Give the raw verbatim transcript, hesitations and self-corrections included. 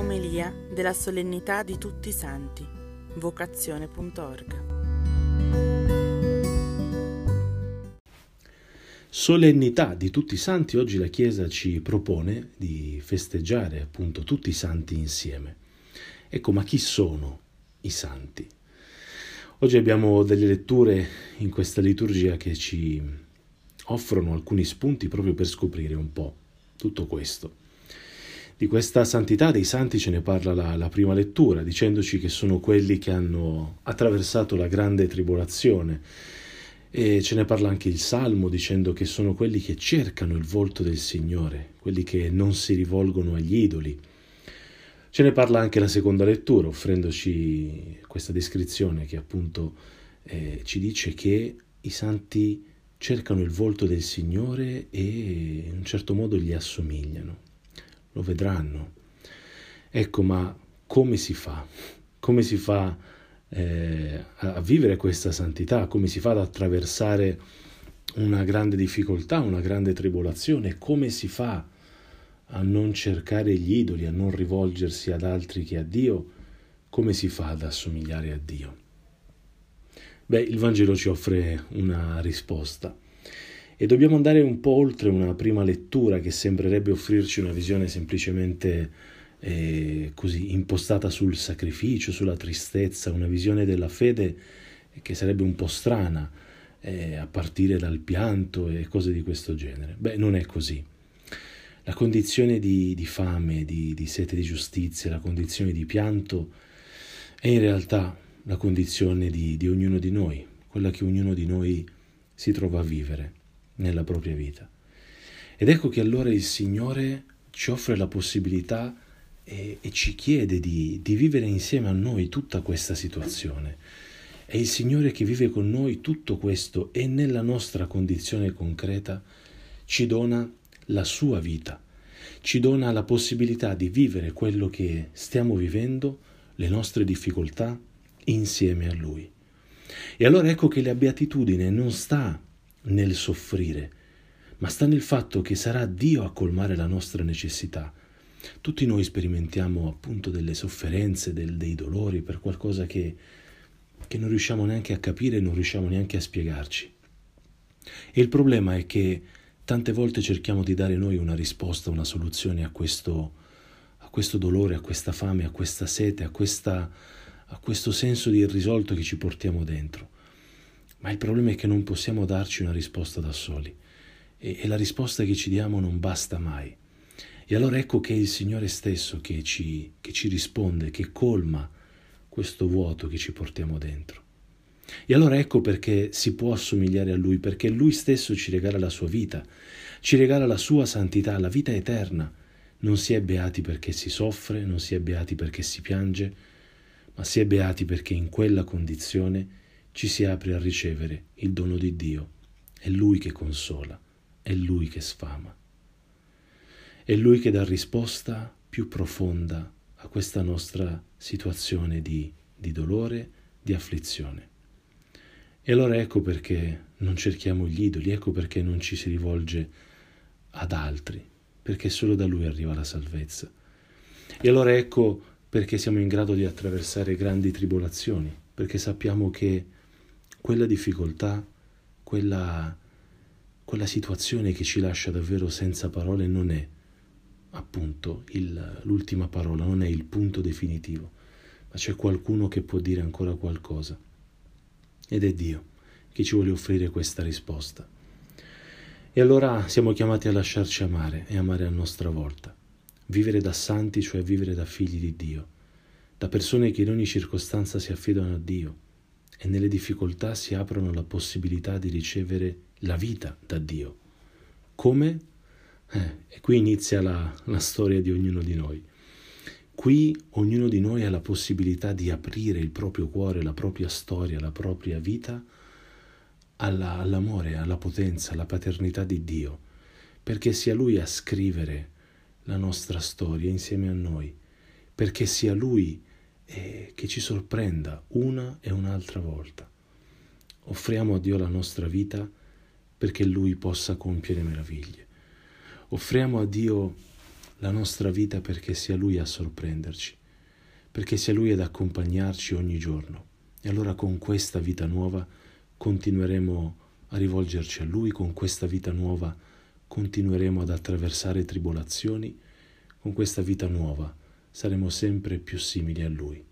Omelia della solennità di tutti i santi, vocazione punto org. Solennità di tutti i santi. Oggi la Chiesa ci propone di festeggiare appunto tutti i santi insieme. Ecco, ma chi sono i santi? Oggi abbiamo delle letture in questa liturgia che ci offrono alcuni spunti proprio per scoprire un po' tutto questo. Di questa santità dei santi ce ne parla la, la prima lettura, dicendoci che sono quelli che hanno attraversato la grande tribolazione, e ce ne parla anche il Salmo dicendo che sono quelli che cercano il volto del Signore, quelli che non si rivolgono agli idoli. Ce ne parla anche la seconda lettura, offrendoci questa descrizione che appunto eh, ci dice che i santi cercano il volto del Signore e in un certo modo gli assomigliano. Lo vedranno. Ecco, ma come si fa? Come si fa eh, a vivere questa santità? Come si fa ad attraversare una grande difficoltà, una grande tribolazione? Come si fa a non cercare gli idoli, a non rivolgersi ad altri che a Dio? Come si fa ad assomigliare a Dio? Beh, il Vangelo ci offre una risposta. E dobbiamo andare un po' oltre una prima lettura che sembrerebbe offrirci una visione semplicemente eh, così impostata sul sacrificio, sulla tristezza, una visione della fede che sarebbe un po' strana, eh, a partire dal pianto e cose di questo genere. Beh, non è così. La condizione di, di fame, di, di sete di giustizia, la condizione di pianto è in realtà la condizione di, di ognuno di noi, quella che ognuno di noi si trova a vivere nella propria vita. Ed ecco che allora il Signore ci offre la possibilità e, e ci chiede di, di vivere insieme a noi tutta questa situazione. È il Signore che vive con noi tutto questo e nella nostra condizione concreta ci dona la sua vita, ci dona la possibilità di vivere quello che stiamo vivendo, le nostre difficoltà, insieme a Lui. E allora ecco che la beatitudine non sta nel soffrire, ma sta nel fatto che sarà Dio a colmare la nostra necessità. Tutti noi sperimentiamo appunto delle sofferenze, del, dei dolori per qualcosa che, che non riusciamo neanche a capire, non riusciamo neanche a spiegarci. E il problema è che tante volte cerchiamo di dare noi una risposta, una soluzione a questo, a questo dolore, a questa fame, a questa sete, a, questa, a questo senso di irrisolto che ci portiamo dentro. Ma il problema è che non possiamo darci una risposta da soli e, e la risposta che ci diamo non basta mai. E allora ecco che è il Signore stesso che ci, che ci risponde, che colma questo vuoto che ci portiamo dentro. E allora ecco perché si può assomigliare a Lui, perché Lui stesso ci regala la sua vita, ci regala la sua santità, la vita eterna. Non si è beati perché si soffre, non si è beati perché si piange, ma si è beati perché in quella condizione ci si apre a ricevere il dono di Dio. È Lui che consola, è Lui che sfama. È Lui che dà risposta più profonda a questa nostra situazione di, di dolore, di afflizione. E allora ecco perché non cerchiamo gli idoli, ecco perché non ci si rivolge ad altri, perché solo da Lui arriva la salvezza. E allora ecco perché siamo in grado di attraversare grandi tribolazioni, perché sappiamo che quella difficoltà, quella, quella situazione che ci lascia davvero senza parole non è appunto il, l'ultima parola, non è il punto definitivo, ma c'è qualcuno che può dire ancora qualcosa. Ed è Dio che ci vuole offrire questa risposta. E allora siamo chiamati a lasciarci amare e amare a nostra volta. Vivere da santi, cioè vivere da figli di Dio, da persone che in ogni circostanza si affidano a Dio e nelle difficoltà si aprono la possibilità di ricevere la vita da Dio. Come? Eh, e qui inizia la, la storia di ognuno di noi. Qui ognuno di noi ha la possibilità di aprire il proprio cuore, la propria storia, la propria vita alla, all'amore, alla potenza, alla paternità di Dio, perché sia Lui a scrivere la nostra storia insieme a noi, perché sia Lui eh, che ci sorprenda una e un'altra volta. Offriamo a Dio la nostra vita perché Lui possa compiere meraviglie. Offriamo a Dio la nostra vita perché sia Lui a sorprenderci, perché sia Lui ad accompagnarci ogni giorno. E allora con questa vita nuova continueremo a rivolgerci a Lui, con questa vita nuova continueremo ad attraversare tribolazioni, con questa vita nuova saremo sempre più simili a Lui.